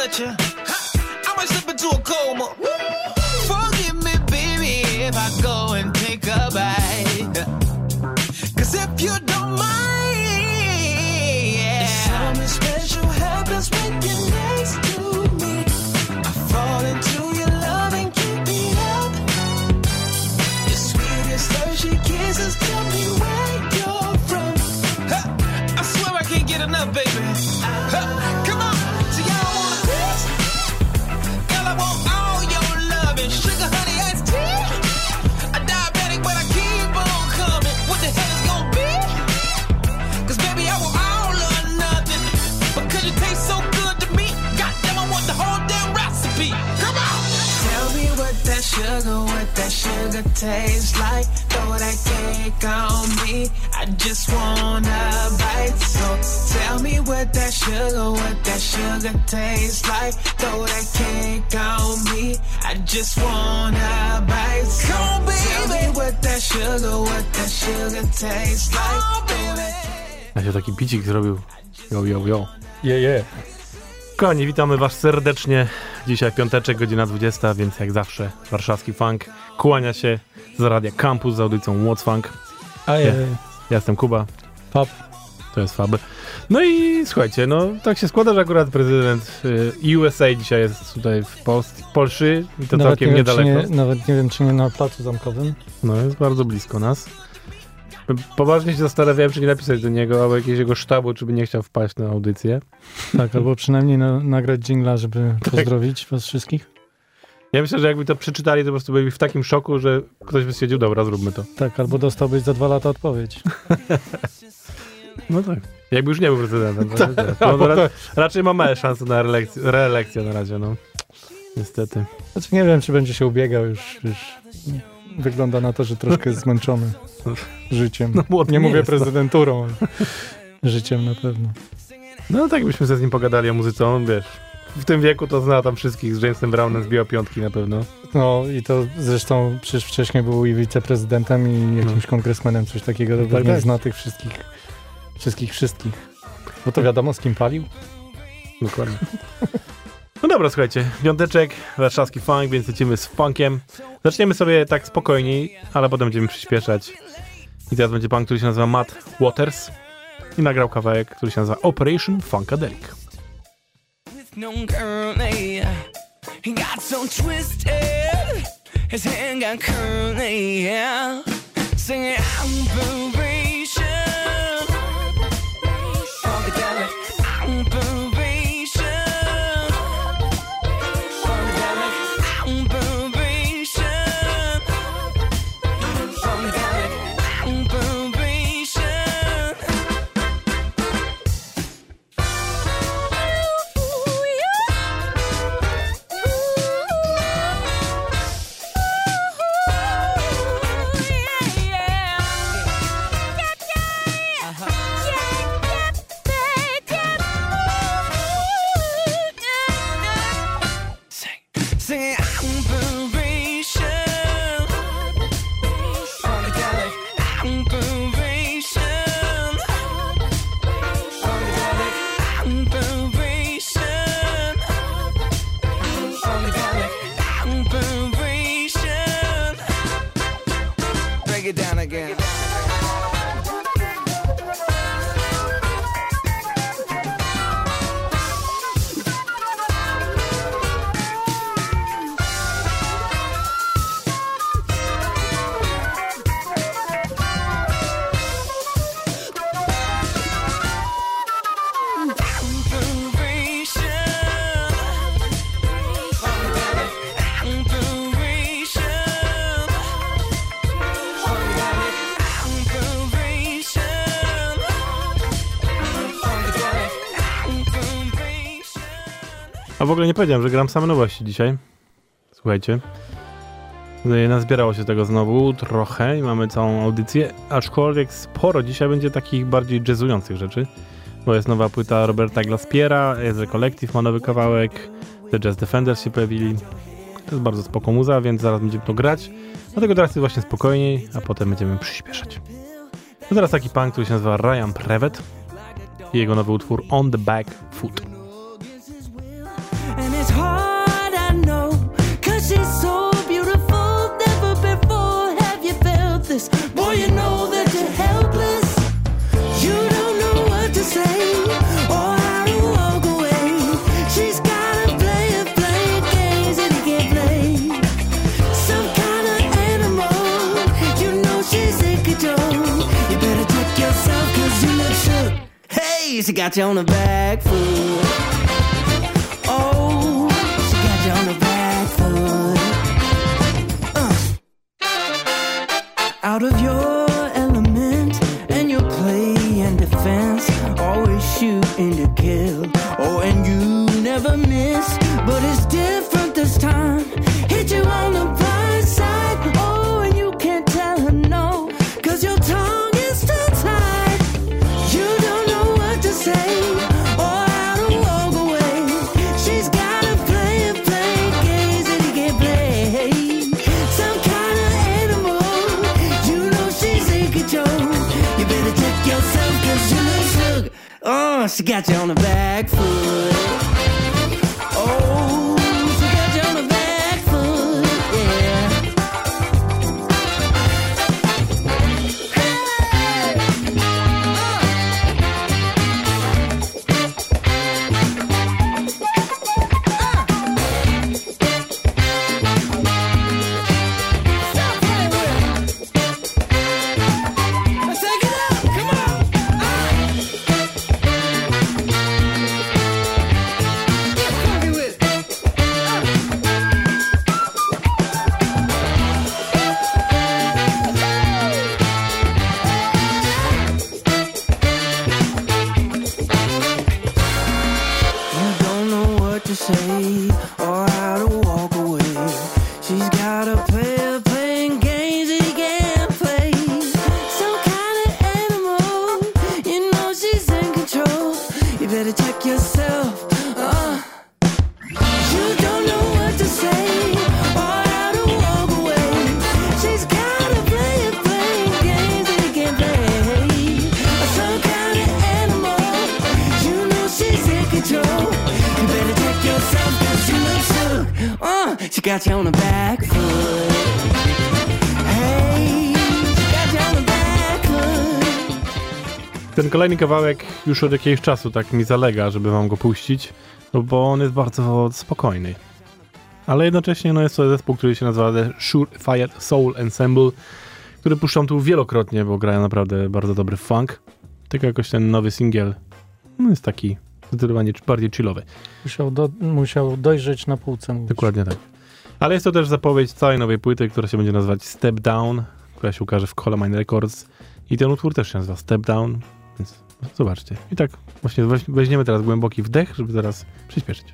with you. I might slip into a coma. Forgive me, baby, if I go and take a bite. 'Cause if you don't mind, yeah, something special happens when you're next to me. I fall into your love and keep me up. Your sweetest thirsty kisses tell me where you're from. I swear I can't get enough, baby. Come on, so y'all wanna taste? Girl, I want all your love and sugar, honey, iced tea. A diabetic, but I keep on coming. What the hell is gonna be? 'Cause baby, I want all or nothing. Because you taste so good to me. Goddamn, I want the whole damn recipe. Come on! Tell me what that sugar tastes like. Throw that cake on me. I just wanna bite. So tell me what that sugar tastes like. Throw that cake on me. I just wanna bite. So come on, baby. Tell me what that sugar tastes like. Oh, baby. Ja się taki bicik zrobił. Yo. Yeah. Kochani, witamy was serdecznie. Dzisiaj piąteczek, godzina 20, więc jak zawsze warszawski funk kłania się z Radia Campus z audycją What's Funk. Ja jestem Kuba. Fab. To jest Fab. No i słuchajcie, no tak się składa, że akurat prezydent USA dzisiaj jest tutaj w Polsce i to nawet całkiem niedaleko. Nawet nie wiem, czy nie na Placu Zamkowym. No, jest bardzo blisko nas. Poważnie się zastanawiałem, czy nie napisać do niego, albo jakiegoś jego sztabu, czy by nie chciał wpaść na audycję. Tak, albo przynajmniej nagrać dżingla, żeby pozdrowić was wszystkich. Ja myślę, że jakby to przeczytali, to po prostu byli w takim szoku, że ktoś by stwierdził, dobra, zróbmy to. Tak, albo dostałbyś za 2 lata odpowiedź. No tak. Jakby już nie był prezydentem. Raczej ma małe szanse na reelekcję na razie, no. Niestety. Znaczy nie wiem, czy będzie się ubiegał już wygląda na to, że troszkę jest zmęczony życiem. No, nie mówię prezydenturą, ale życiem na pewno. No tak byśmy ze z nim pogadali o muzyce, on wiesz, w tym wieku to zna tam wszystkich, z Jamesem Brownem zbiła piątki na pewno. No i to zresztą przecież wcześniej był i wiceprezydentem i jakimś kongresmenem, coś takiego, to pewnie zna tych wszystkich. Bo to wiadomo, z kim palił. Dokładnie. No dobra, słuchajcie, piąteczek, warszawski funk, więc lecimy z funkiem. Zaczniemy sobie tak spokojniej, ale potem będziemy przyspieszać. I teraz będzie pan, który się nazywa Matt Waters i nagrał kawałek, który się nazywa Operation Funkadelic. No curly, he got so twisted, his hand got curly, yeah. Singing Operation Funkadelic, Operation Funkadelic, Operation Funkadelic, Operation. Singing Operation Funkadelic, Operation Funkadelic, Operation Funkadelic, Operation. Break it down again. A w ogóle nie powiedziałem, że gram same nowości dzisiaj. Słuchajcie. Nazbierało się tego znowu trochę i mamy całą audycję, aczkolwiek sporo dzisiaj będzie takich bardziej jazzujących rzeczy, bo jest nowa płyta Roberta Glaspiera, The Collective ma nowy kawałek, The Jazz Defenders się pojawili. To jest bardzo spoko muza, więc zaraz będziemy to grać. Dlatego teraz jest właśnie spokojniej, a potem będziemy przyspieszać. To teraz taki punk, który się nazywa Ryan Prevet i jego nowy utwór On the Back Foot. she got you on the back foot. Oh, she got you on the back foot. Out of your element and your play and defense, always shooting to kill. Oh, and you never miss, but it's different this time. Hit you on the blind side. Oh, and you can't tell her no, 'cause your tongue is still tied. You don't know what to say or how to walk away. She's gotta play games that he can't play. Some kind of animal, you know she's in control. You better check yourself 'cause you look shook. Oh, she got you on the back foot. Oh, she got you on the back foot, yeah. Stop playing with it. Let's take it up, come on. Get funky with it. You don't know what to say or how to walk away. She's got a player playing games that he can't play. Some kind of animal, you know she's in control. You better check yourself. You don't know what to say or how to walk away. She's got a player playing games that he can't play. Some kind of animal, you know she's in control. You better check yourself 'cause you look shook. She got you on the back foot. Hey, she got you on the back foot. Ten kolejny kawałek już od jakiegoś czasu tak mi zalega, żeby wam go puścić, no bo on jest bardzo spokojny. Ale jednocześnie no jest to zespół, który się nazywa The Surefire Soul Ensemble, który puszczam tu wielokrotnie, bo grają naprawdę bardzo dobry funk. Tylko jakoś ten nowy singiel no jest taki zdecydowanie bardziej chillowy. Musiał dojrzeć na półce. Mówisz. Dokładnie tak. Ale jest to też zapowiedź całej nowej płyty, która się będzie nazywać Step Down, która się ukaże w Colemine Records i ten utwór też się nazywa Step Down, więc zobaczcie. I tak właśnie weźmiemy teraz głęboki wdech, żeby zaraz przyspieszyć.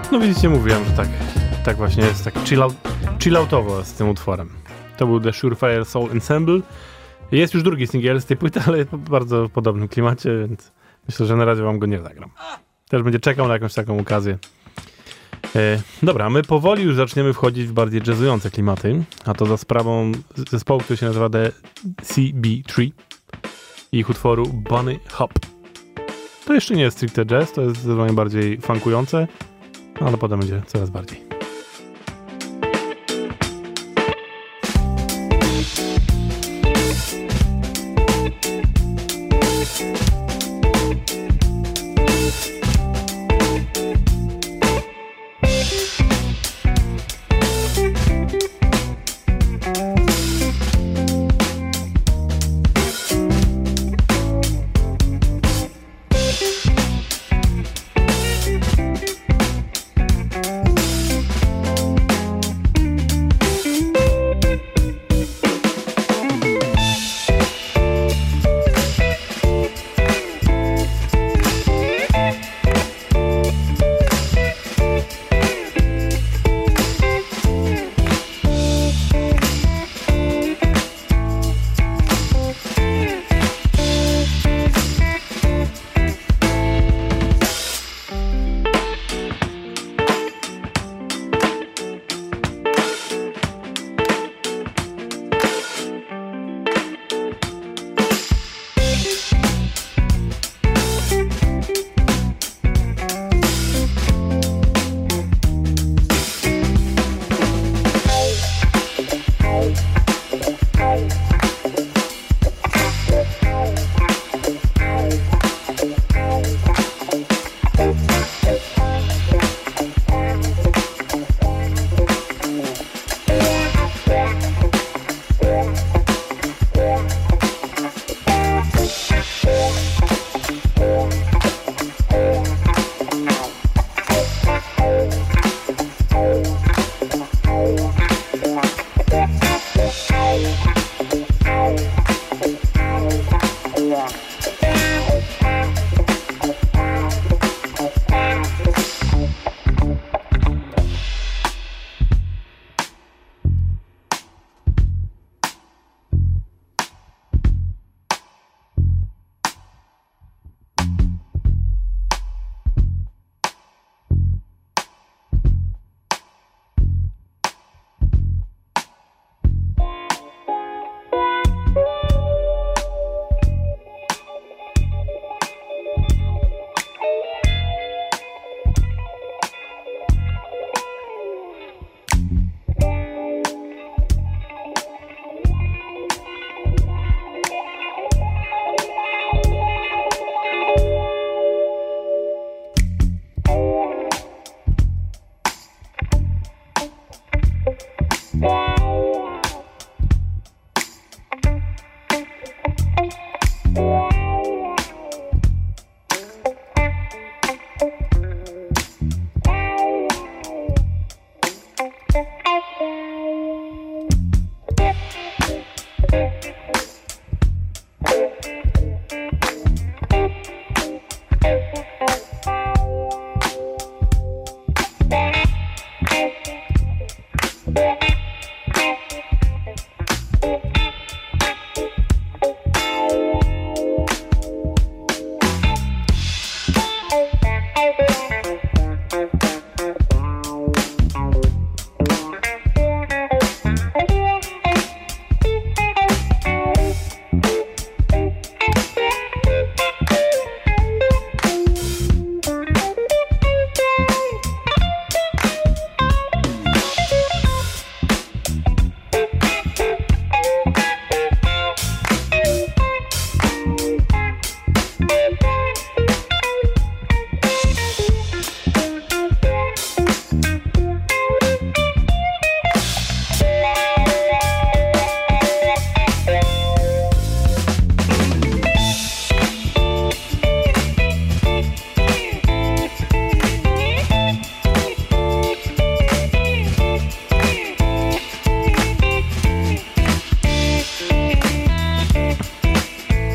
No widzicie, mówiłem, że tak właśnie jest, tak chilloutowo z tym utworem. To był The Surefire Soul Ensemble. Jest już drugi singiel z tej płyty, ale w bardzo podobnym klimacie, więc myślę, że na razie wam go nie zagram. Też będzie czekał na jakąś taką okazję. Dobra, my powoli już zaczniemy wchodzić w bardziej jazzujące klimaty, a to za sprawą zespołu, który się nazywa The CB3 i ich utworu Bunny Hop. To jeszcze nie jest stricte jazz, to jest zdecydowanie bardziej funkujące, ale potem będzie coraz bardziej.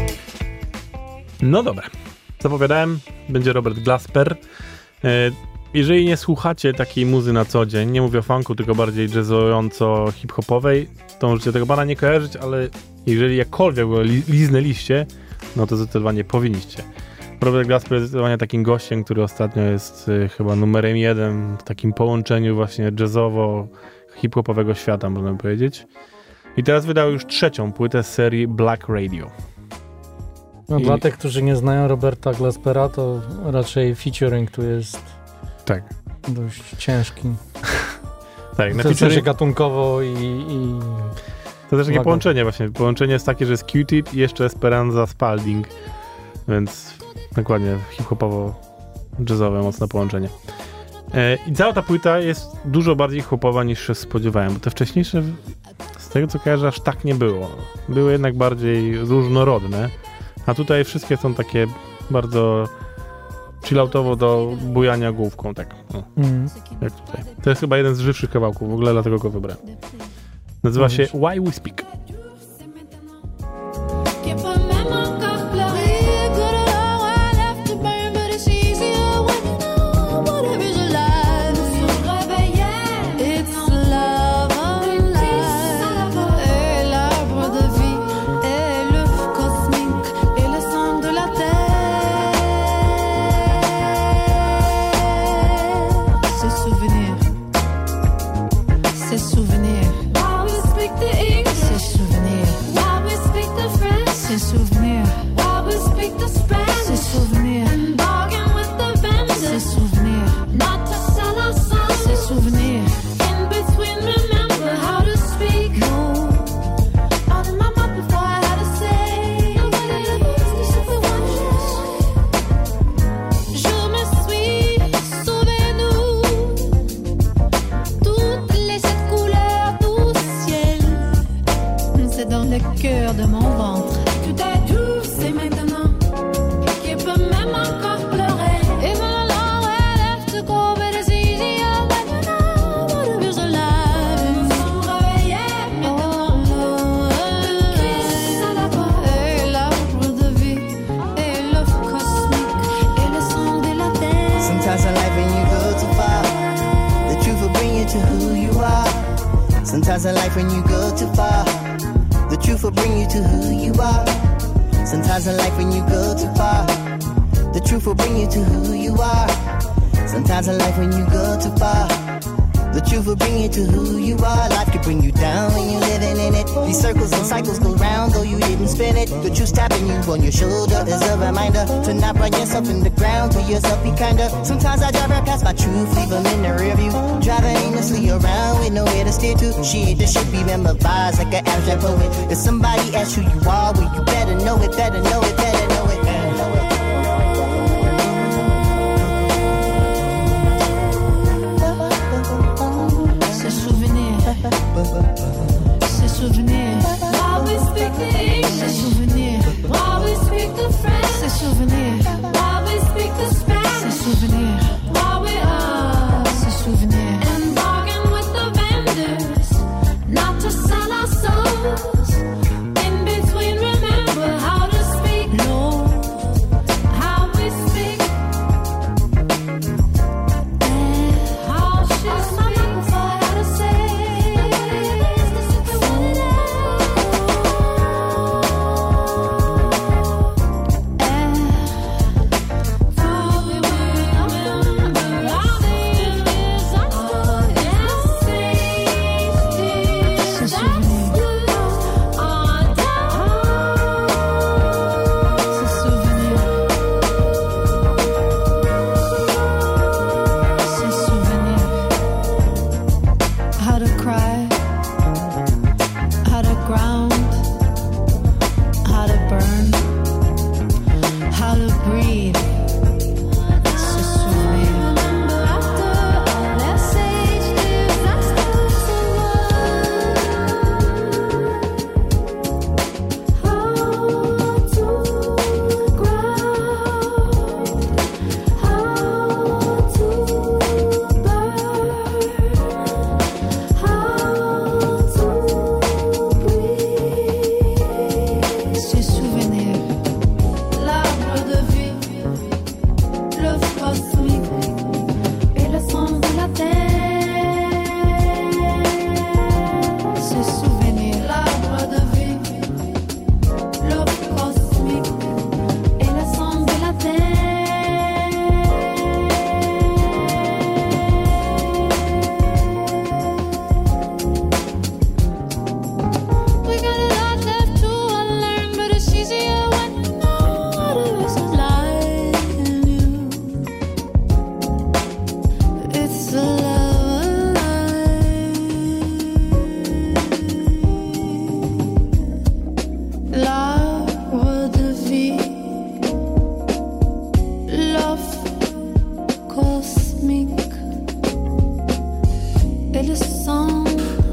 No dobra, zapowiadałem, będzie Robert Glasper. jeżeli nie słuchacie takiej muzy na co dzień, nie mówię o funku, tylko bardziej jazzująco hip-hopowej, to możecie tego bana nie kojarzyć, ale jeżeli jakkolwiek go liznęliście, no to zdecydowanie powinniście. Robert Glasper jest zdecydowanie takim gościem, który ostatnio jest chyba numerem 1 w takim połączeniu właśnie jazzowo-hip-hopowego świata, można powiedzieć. I teraz wydał już 3. płytę z serii Black Radio. No dla tych, którzy nie znają Roberta Glaspera, to raczej featuring tu jest dość ciężki. Tak, na featuring gatunkowo i to też takie połączenie właśnie. Połączenie jest takie, że jest Q-Tip i jeszcze Esperanza Spalding, więc dokładnie hip-hopowo-jazzowe mocne połączenie. I cała ta płyta jest dużo bardziej hip-hopowa niż się spodziewałem, bo te wcześniejsze, z tego co kojarzę, aż tak nie było. Były jednak bardziej różnorodne, a tutaj wszystkie są takie bardzo chilloutowo do bujania główką, tak. Jak tutaj. To jest chyba jeden z żywszych kawałków, w ogóle dlatego go wybrałem. Nazywa się Why We Speak. Sometimes in life when you go too far, the truth will bring you to who you are. Sometimes in life when you go too far, the truth will bring you to who you are. Sometimes in life when you go too far, the truth will bring you to who you are. Life can bring you down when you're living in it. These circles and cycles go round though you didn't spin it. The truth tapping you on your shoulder is a reminder to not run yourself in the ground, to yourself be kinder. Sometimes I drive right past my truth, leave them in the rear view. Driving aimlessly around with nowhere to steer to. Shit, this should be memorized like an abstract poet. If somebody asks who you are, well you better know it, better know it, better know it, better know it. Ces souvenirs, while we speak the English. Ces souvenirs, while we speak the French. Ces souvenirs, while we speak the Spanish. Ces souvenirs, while we are. Ces souvenirs, and bargain with the vendors, not to sell our souls. In between, remember how to speak low. rythmique et le son.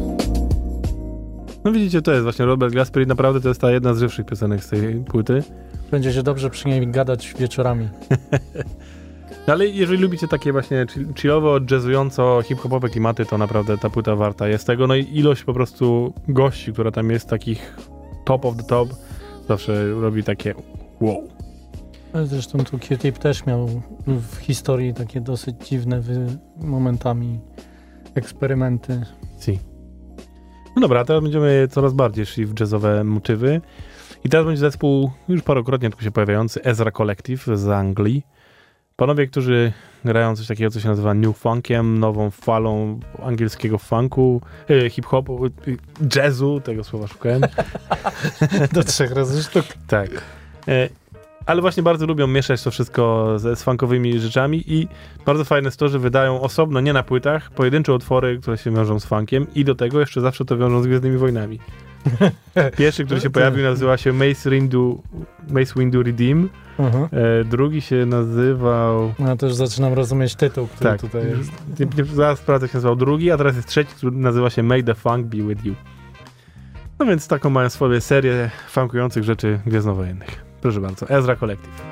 No widzicie, to jest właśnie Robert Glasper i naprawdę to jest ta jedna z żywszych piosenek z tej płyty. Będzie się dobrze przy niej gadać wieczorami. Ale jeżeli lubicie takie właśnie chillowo, jazzująco, hip-hopowe klimaty, to naprawdę ta płyta warta jest tego. No i ilość po prostu gości, która tam jest, takich top of the top, zawsze robi takie wow. Zresztą tu Q-Tip też miał w historii takie dosyć dziwne momentami eksperymenty. Si. No dobra, teraz będziemy coraz bardziej szli w jazzowe motywy. I teraz będzie zespół już parokrotnie tu się pojawiający, Ezra Collective z Anglii. Panowie, którzy grają coś takiego, co się nazywa new funkiem, nową falą angielskiego funku, hip-hopu, jazzu, tego słowa szukałem. Do 3 razy sztuk. Tak. Ale właśnie bardzo lubią mieszać to wszystko z funkowymi rzeczami i bardzo fajne jest to, że wydają osobno, nie na płytach, pojedyncze utwory, które się wiążą z funkiem i do tego jeszcze zawsze to wiążą z Gwiezdnymi Wojnami. Pierwszy, który się pojawił, nazywa się Mace Windu Redeem. Drugi się nazywał... No to już zaczynam rozumieć tytuł, który tak, tutaj jest. Zaraz sprawdzę, jak się nazywał drugi, a teraz jest trzeci, który nazywa się May the Funk Be With You. No więc taką mają swoją serię funkujących rzeczy gwiezdnowojennych. Proszę bardzo, Ezra Collective.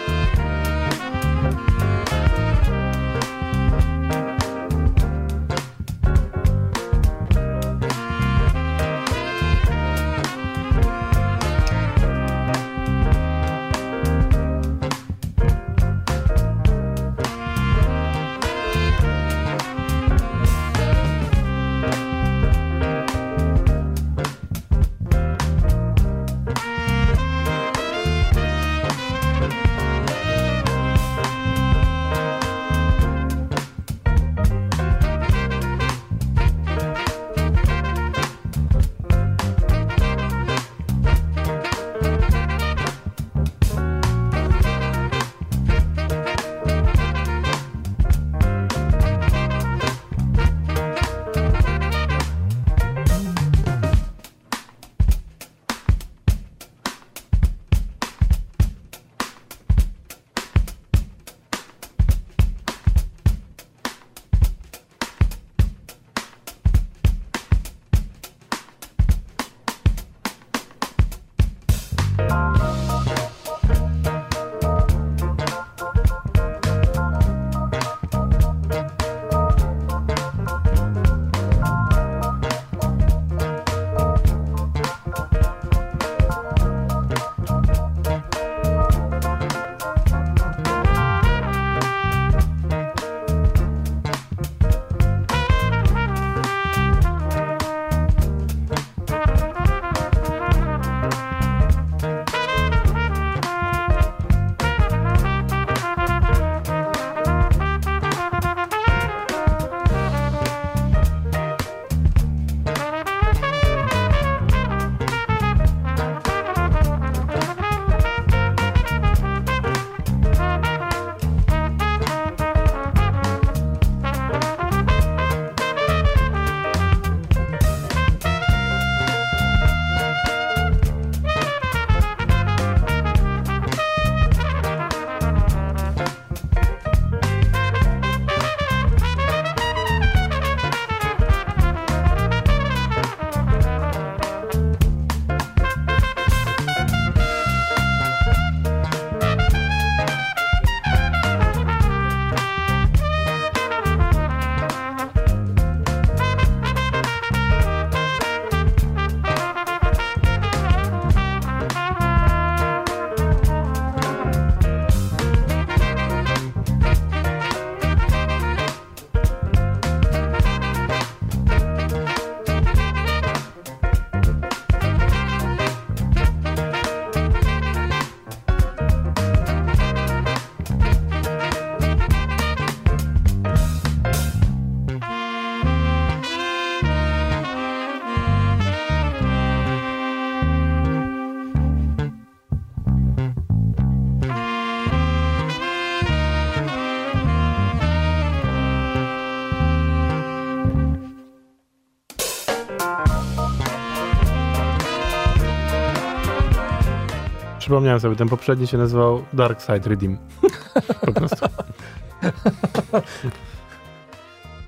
Przypomniałem sobie, ten poprzedni się nazywał Dark Side Redeem. Po prostu.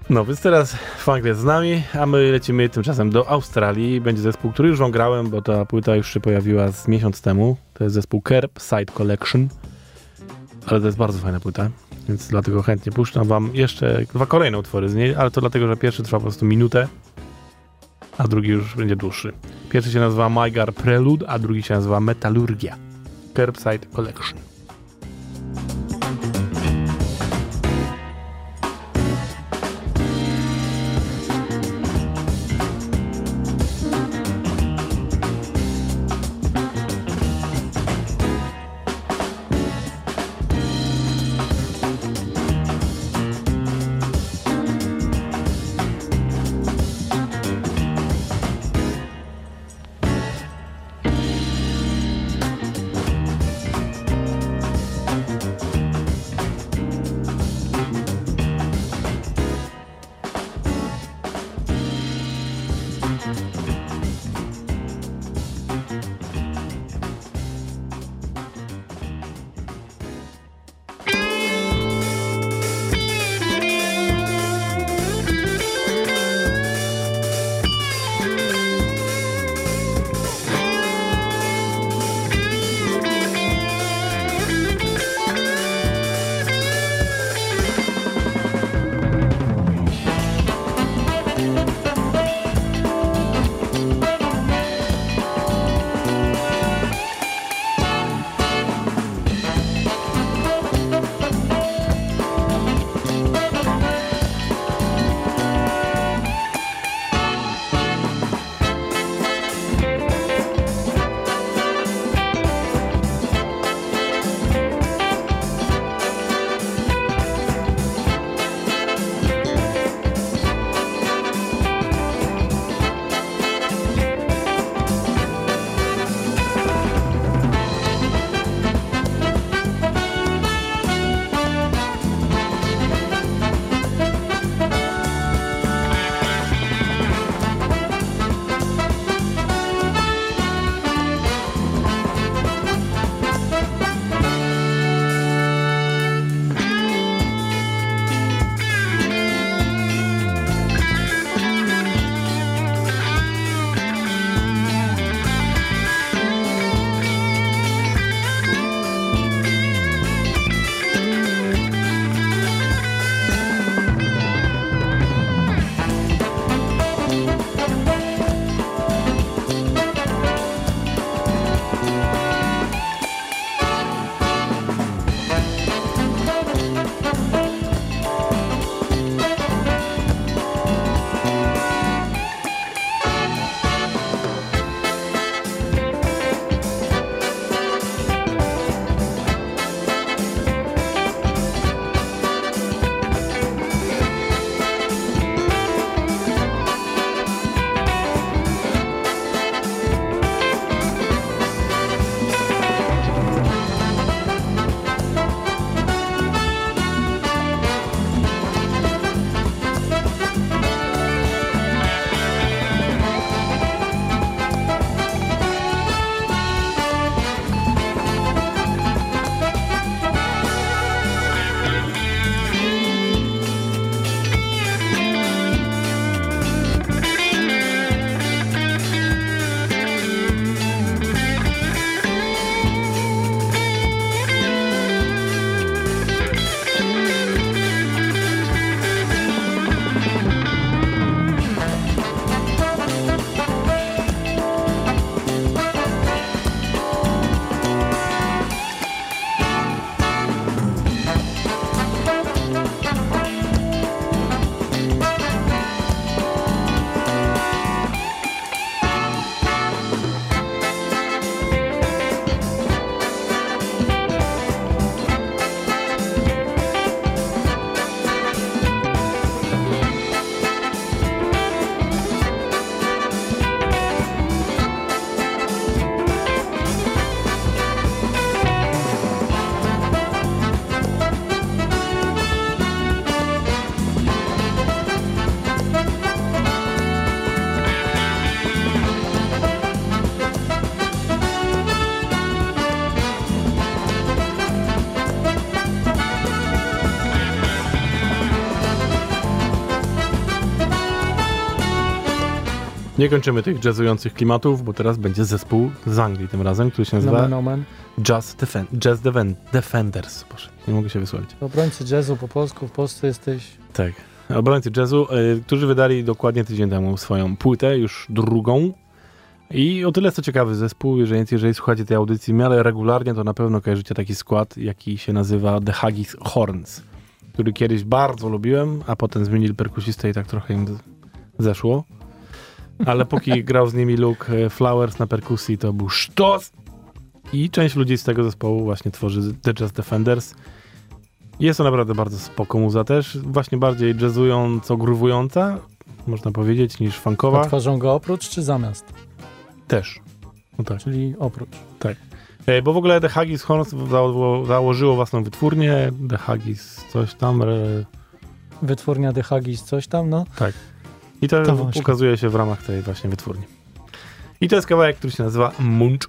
No, więc teraz funk jest z nami, a my lecimy tymczasem do Australii. Będzie zespół, który już wam grałem, bo ta płyta już się pojawiła z miesiąc temu. To jest zespół Curbside Collection. Ale to jest bardzo fajna płyta, więc dlatego chętnie puszczam wam jeszcze 2 kolejne utwory z niej, ale to dlatego, że pierwszy trwa po prostu minutę, a drugi już będzie dłuższy. Pierwszy się nazywa Mygar Prelude, a drugi się nazywa Metallurgia. Curbside Collection. Nie kończymy tych jazzujących klimatów, bo teraz będzie zespół z Anglii tym razem, który się nazywa Jazz Defenders. Boże, nie mogę się wysłowić. Obrońcy jazzu po polsku, w Polsce jesteś... Tak. Obrońcy jazzu, którzy wydali dokładnie tydzień temu swoją płytę, już drugą. I o tyle co ciekawy zespół, jeżeli słuchacie tej audycji w miarę regularnie, to na pewno kojarzycie taki skład, jaki się nazywa The Haggis Horns, który kiedyś bardzo lubiłem, a potem zmienili perkusistę i tak trochę im zeszło. Ale póki grał z nimi Luke Flowers na perkusji, to był sztos! I część ludzi z tego zespołu właśnie tworzy The Jazz Defenders. Jest to naprawdę bardzo spoko muza też, właśnie bardziej jazzująco, gruwująca, można powiedzieć, niż funkowa. A tworzą go oprócz czy zamiast? Też. No tak. Czyli oprócz. Tak. Bo w ogóle The Haggis Horns założyło własną wytwórnię, The Haggis coś tam. Wytwórnia The Haggis coś tam, no. Tak. I to ukazuje się w ramach tej właśnie wytwórni. I to jest kawałek, który się nazywa Munch.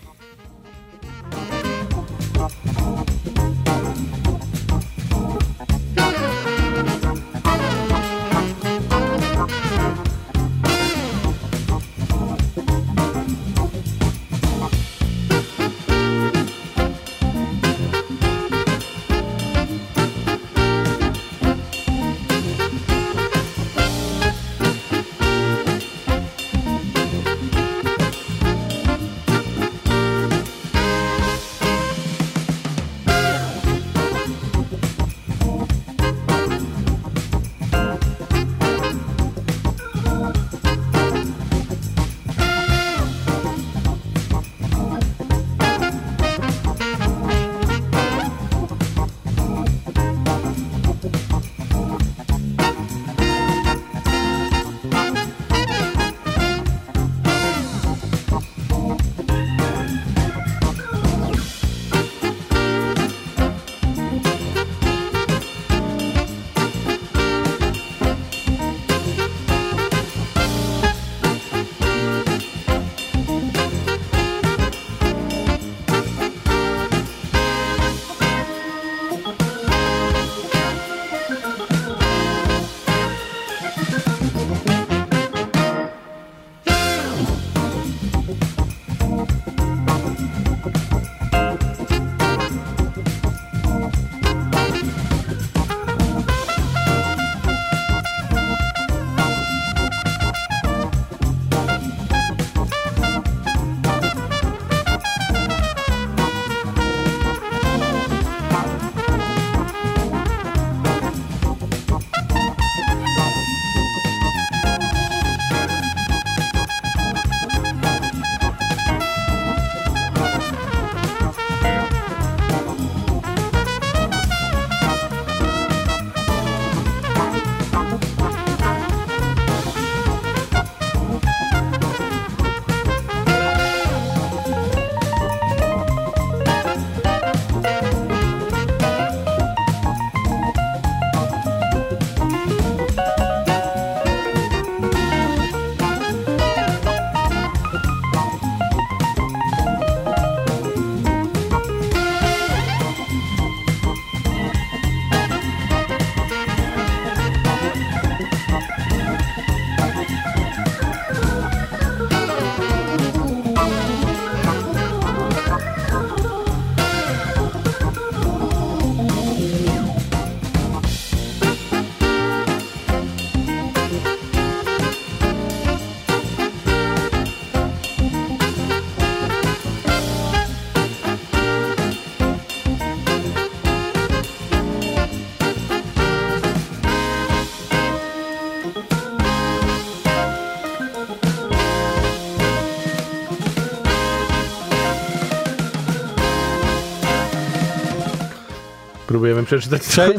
Próbujemy przeczytać.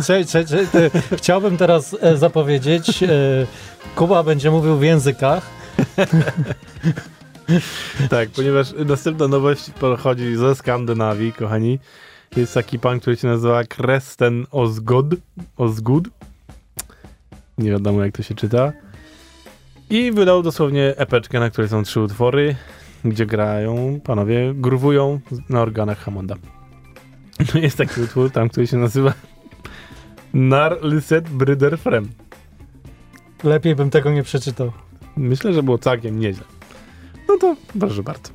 Chciałbym teraz zapowiedzieć. Kuba będzie mówił w językach. Tak, ponieważ następna nowość pochodzi ze Skandynawii, kochani. Jest taki pan, który się nazywa Kresten Osgood. Nie wiadomo, jak to się czyta. I wydał dosłownie epeczkę, na której są 3 utwory, gdzie grają panowie, gruwują na organach Hammonda. Jest taki utwór tam, który się nazywa Nar Lyset Bryder Frem. Lepiej bym tego nie przeczytał. Myślę, że było całkiem nieźle. No to proszę bardzo.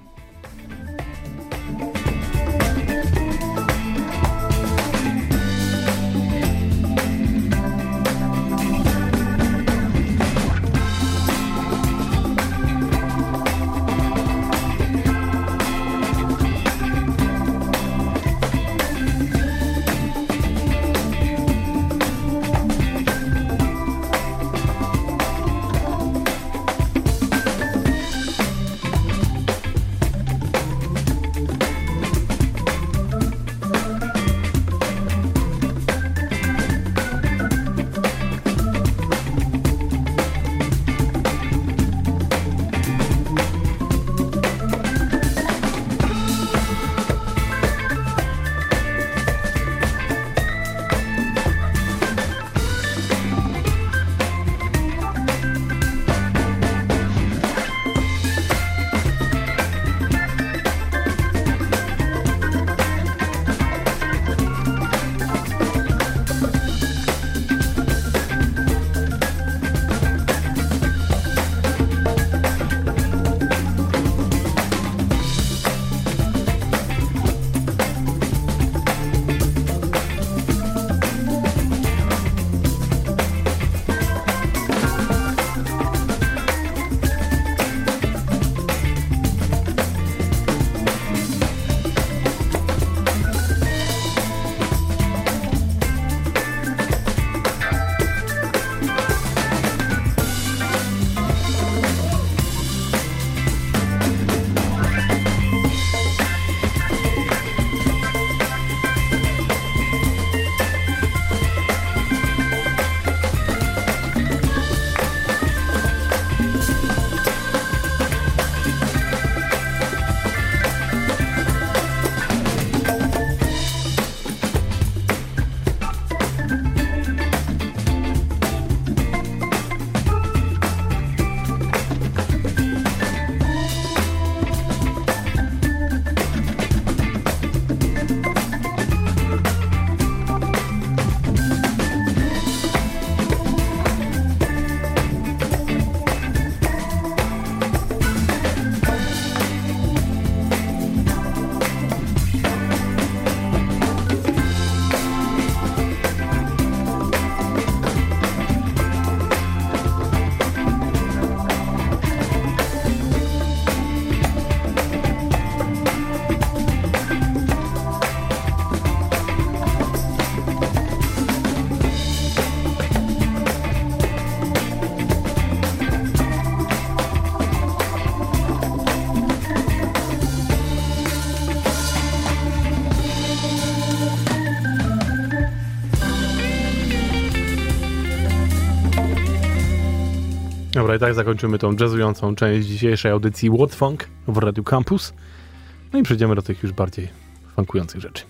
Dobra, i tak zakończymy tą jazzującą część dzisiejszej audycji What Funk w Radiu Campus. No i przejdziemy do tych już bardziej funkujących rzeczy.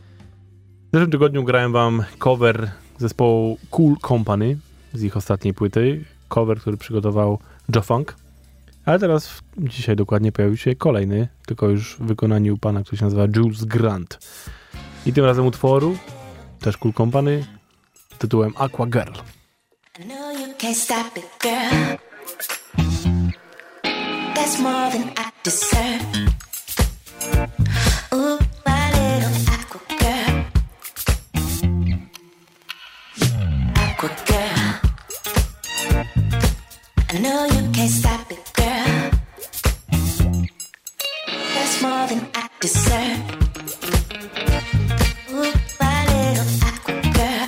W zeszłym tygodniu grałem wam cover zespołu Cool Company z ich ostatniej płyty. Cover, który przygotował Joe Funk. Ale teraz, dzisiaj dokładnie, pojawił się kolejny, tylko już w wykonaniu pana, który się nazywa Jules Grant. I tym razem utworu, też Cool Company, tytułem Aqua Girl. I know you can't stop it, girl. That's more than I deserve. Ooh, my little aqua girl. Aqua girl. I know you can't stop it, girl. That's more than I deserve. Ooh, my little aqua girl.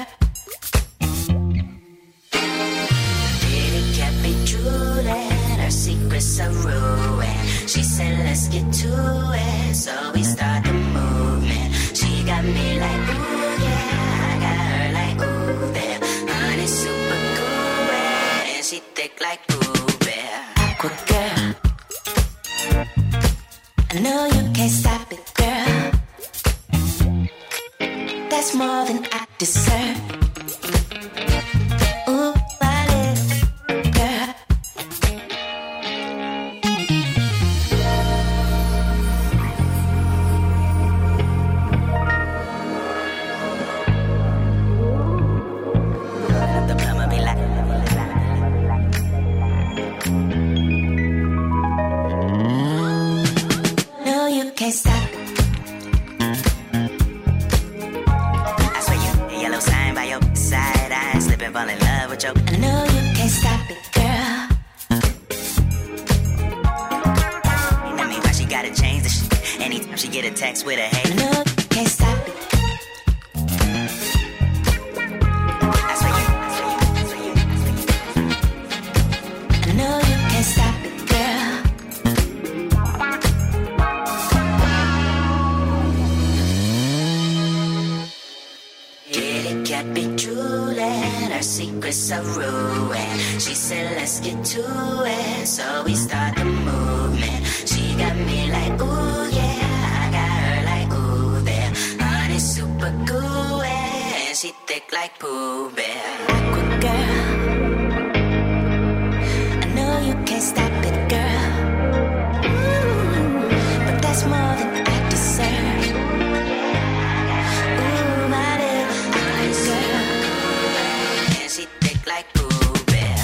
Her secrets are ruined. She said, let's get to it. So we start the movement. She got me like, ooh, yeah. I got her like, ooh, there. Honey, super cool, and she thick like, ooh, bear. Aqua girl. I know you can't stop it, girl. That's more than I deserve. Ooh, my little girl. The plumber be like joke. I know you can't stop it, girl. You know me why she gotta change the shit. Anytime she get a text with a hey, I know you can't stop it. That's for you, that's for you, that's for you, that's for you. I know you can't stop it, girl. It can't be true, and her secrets are ruined. She said, let's get to it, so we start the movement. She got me like, ooh, yeah, I got her like, ooh, there. Honey, super cool, and she thick like Pooh Bear. Aqua girl, I know you can't stop it, girl. But that's more than I deserve. Ooh, my little honest girl, and she thick like Pooh Bear.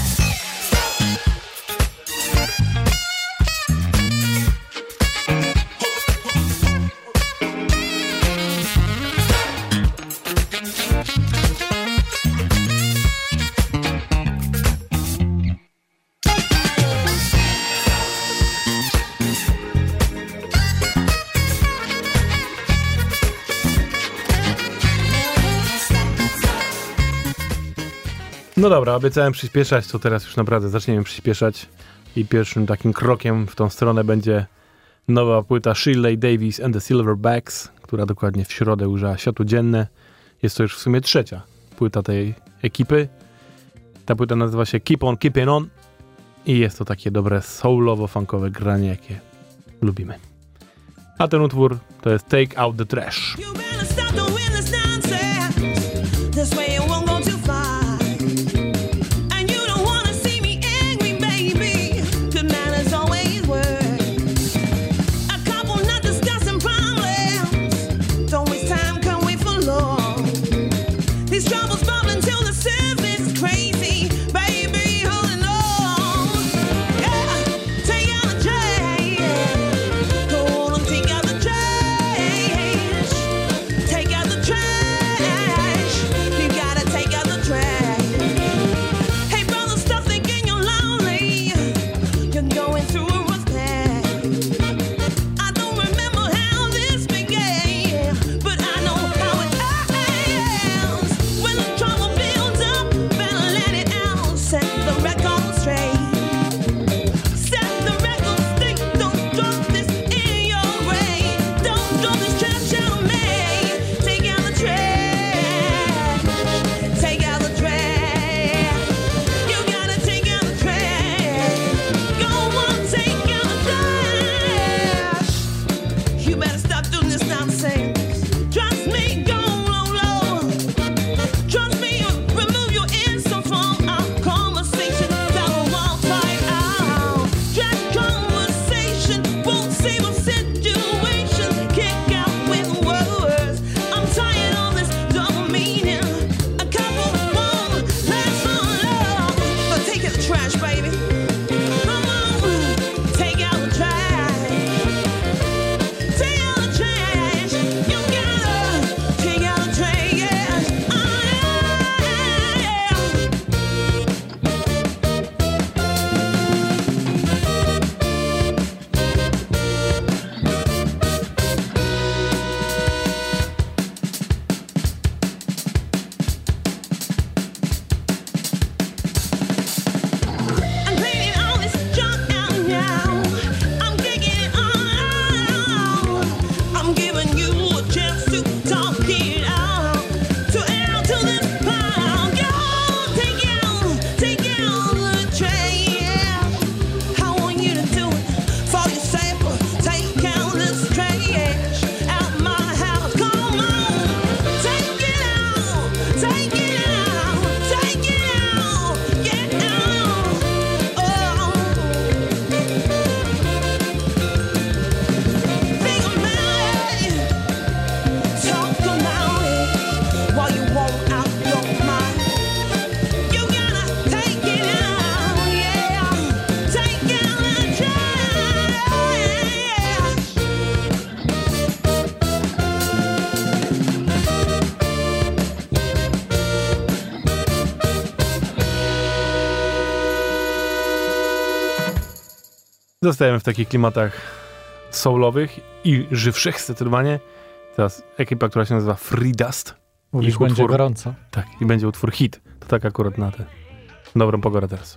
No dobra, obiecałem przyspieszać, to teraz już naprawdę zaczniemy przyspieszać. I pierwszym takim krokiem w tą stronę będzie nowa płyta Shirley Davis and the Silverbacks, która dokładnie w środę ujrzała światło dzienne. Jest to już w sumie trzecia płyta tej ekipy. Ta płyta nazywa się Keep On Keepin' On i jest to takie dobre soulowo-funkowe granie, jakie lubimy. A ten utwór to jest Take Out the Trash. You better stop doing this nonsense. This way it won't go too far. And you don't wanna see me angry, baby. Good manners always work. A couple not discussing problems. Don't waste time, can't wait for long. These troubles bubbling till the surface is crazy. Baby, holding on. Yeah, take out the trash. Go on and take out the trash. Zostajemy w takich klimatach soulowych i żywszych zdecydowanie. Teraz ekipa, która się nazywa Free Dust. Mówisz, będzie gorąco. Tak, i będzie utwór hit. To tak akurat na tę dobrą pogodę teraz.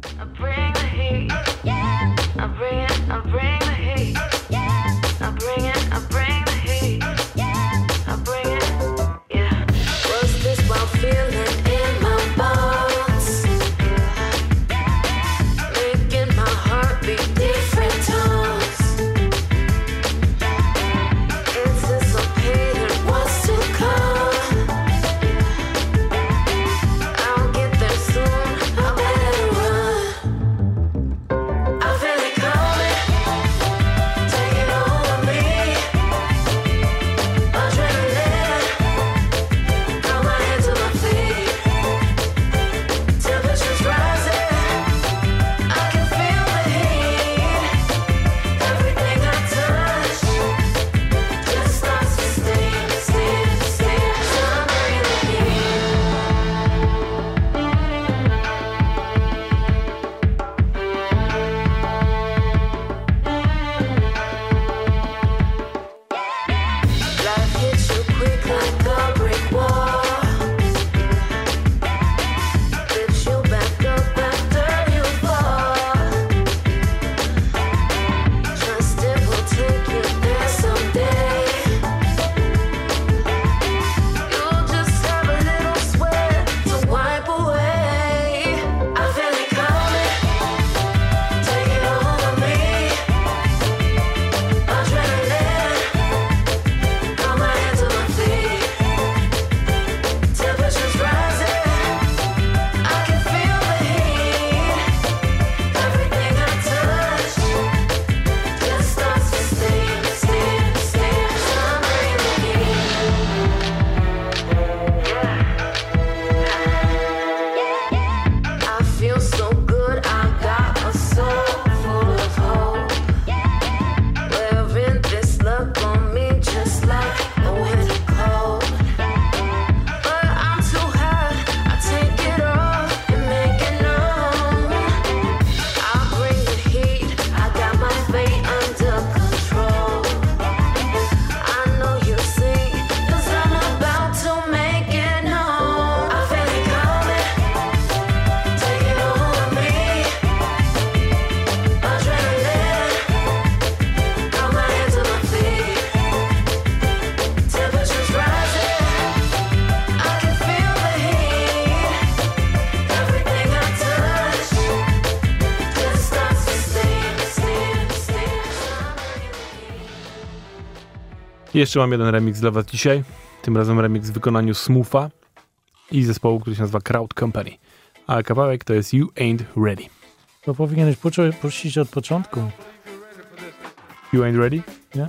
Jeszcze mam jeden remix dla was dzisiaj. Tym razem remix w wykonaniu Smootha i zespołu, który się nazywa Crowd Company. A kawałek to jest You Ain't Ready. To powinieneś puścić od początku. You Ain't Ready? Nie?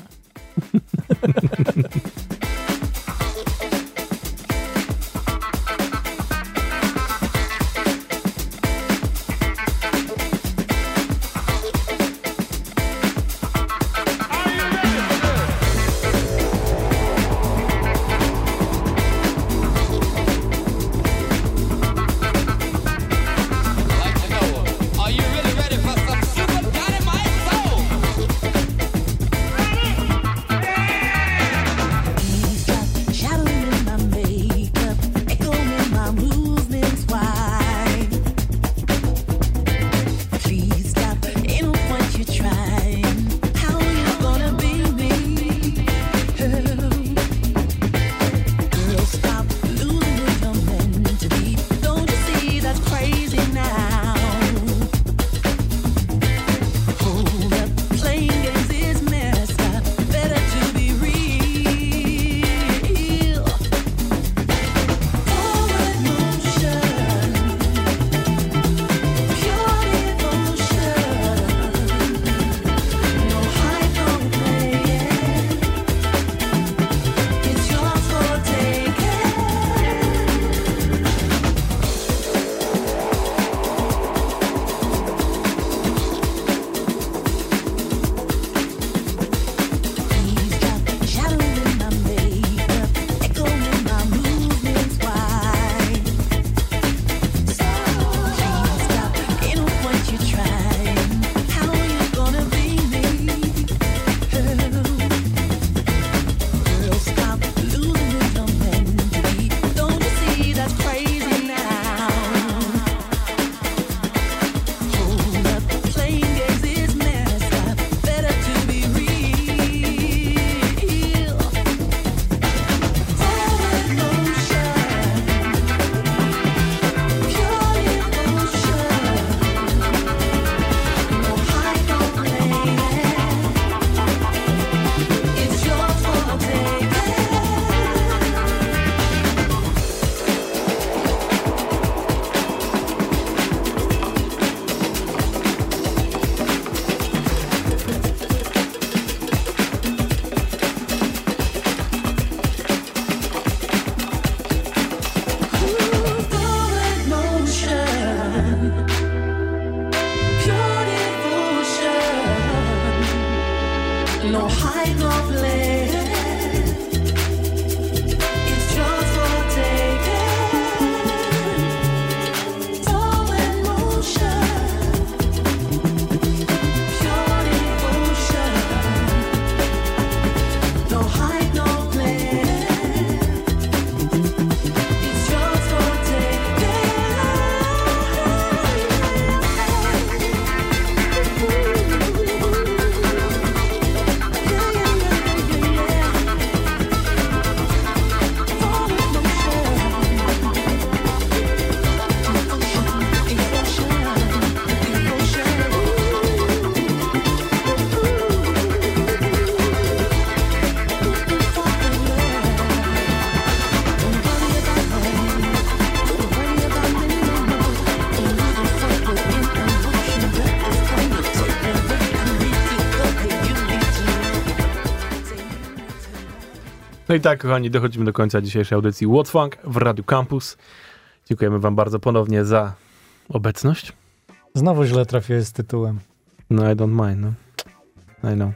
No i tak, kochani, dochodzimy do końca dzisiejszej audycji What Funk w Radiu Campus. Dziękujemy wam bardzo ponownie za obecność. Znowu źle trafiłeś z tytułem. No, I don't mind, no. I know.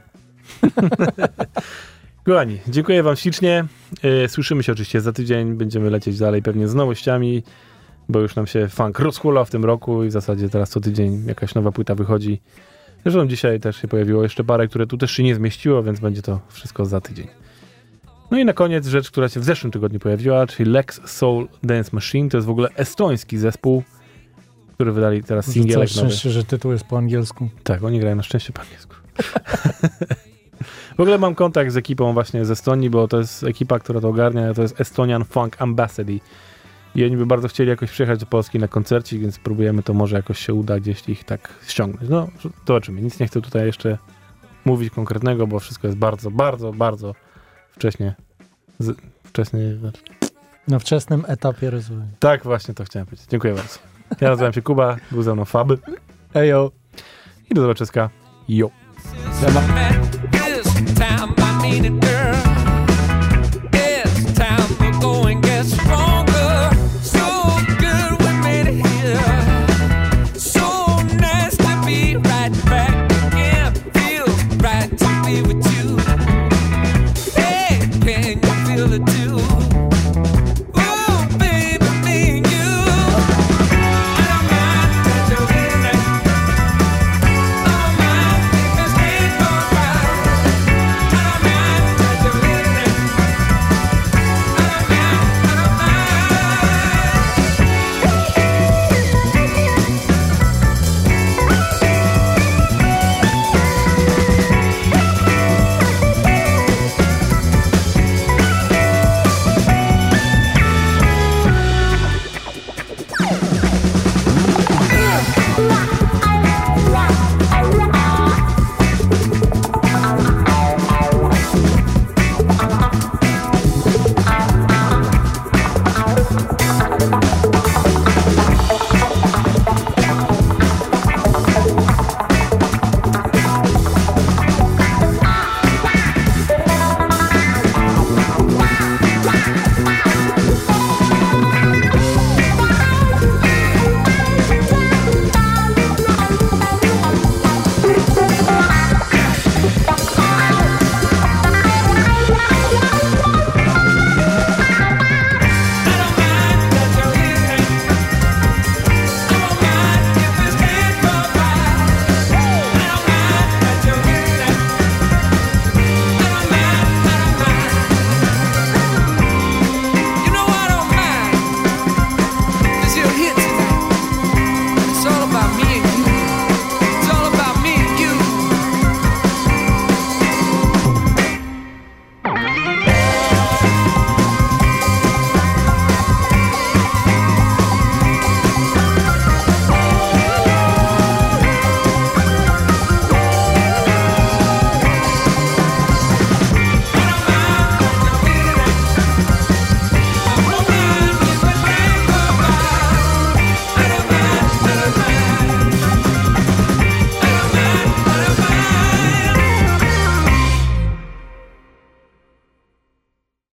Kochani, dziękuję wam ślicznie. Słyszymy się oczywiście za tydzień. Będziemy lecieć dalej pewnie z nowościami, bo już nam się funk rozhula w tym roku i w zasadzie teraz co tydzień jakaś nowa płyta wychodzi. Zresztą dzisiaj też się pojawiło jeszcze parę, które tu też się nie zmieściło, więc będzie to wszystko za tydzień. No i na koniec rzecz, która się w zeszłym tygodniu pojawiła, czyli Lex Soul Dance Machine. To jest w ogóle estoński zespół, który wydali teraz singielek nowy. Szczęście, że tytuł jest po angielsku. Tak, oni grają na szczęście po angielsku. W ogóle mam kontakt z ekipą właśnie z Estonii, bo to jest ekipa, która to ogarnia, to jest Estonian Funk Ambassador. I oni by bardzo chcieli jakoś przyjechać do Polski na koncercik, więc próbujemy, to może jakoś się uda gdzieś ich tak ściągnąć. No, zobaczymy. Nic nie chcę tutaj jeszcze mówić konkretnego, bo wszystko jest bardzo, bardzo, bardzo wcześnie. Na wczesnym etapie rozwoju. Tak, właśnie to chciałem powiedzieć. Dziękuję bardzo. Ja nazywam się Kuba, był ze mną Fab. Ejo. I do zobaczenia. Jo. This time I mean it.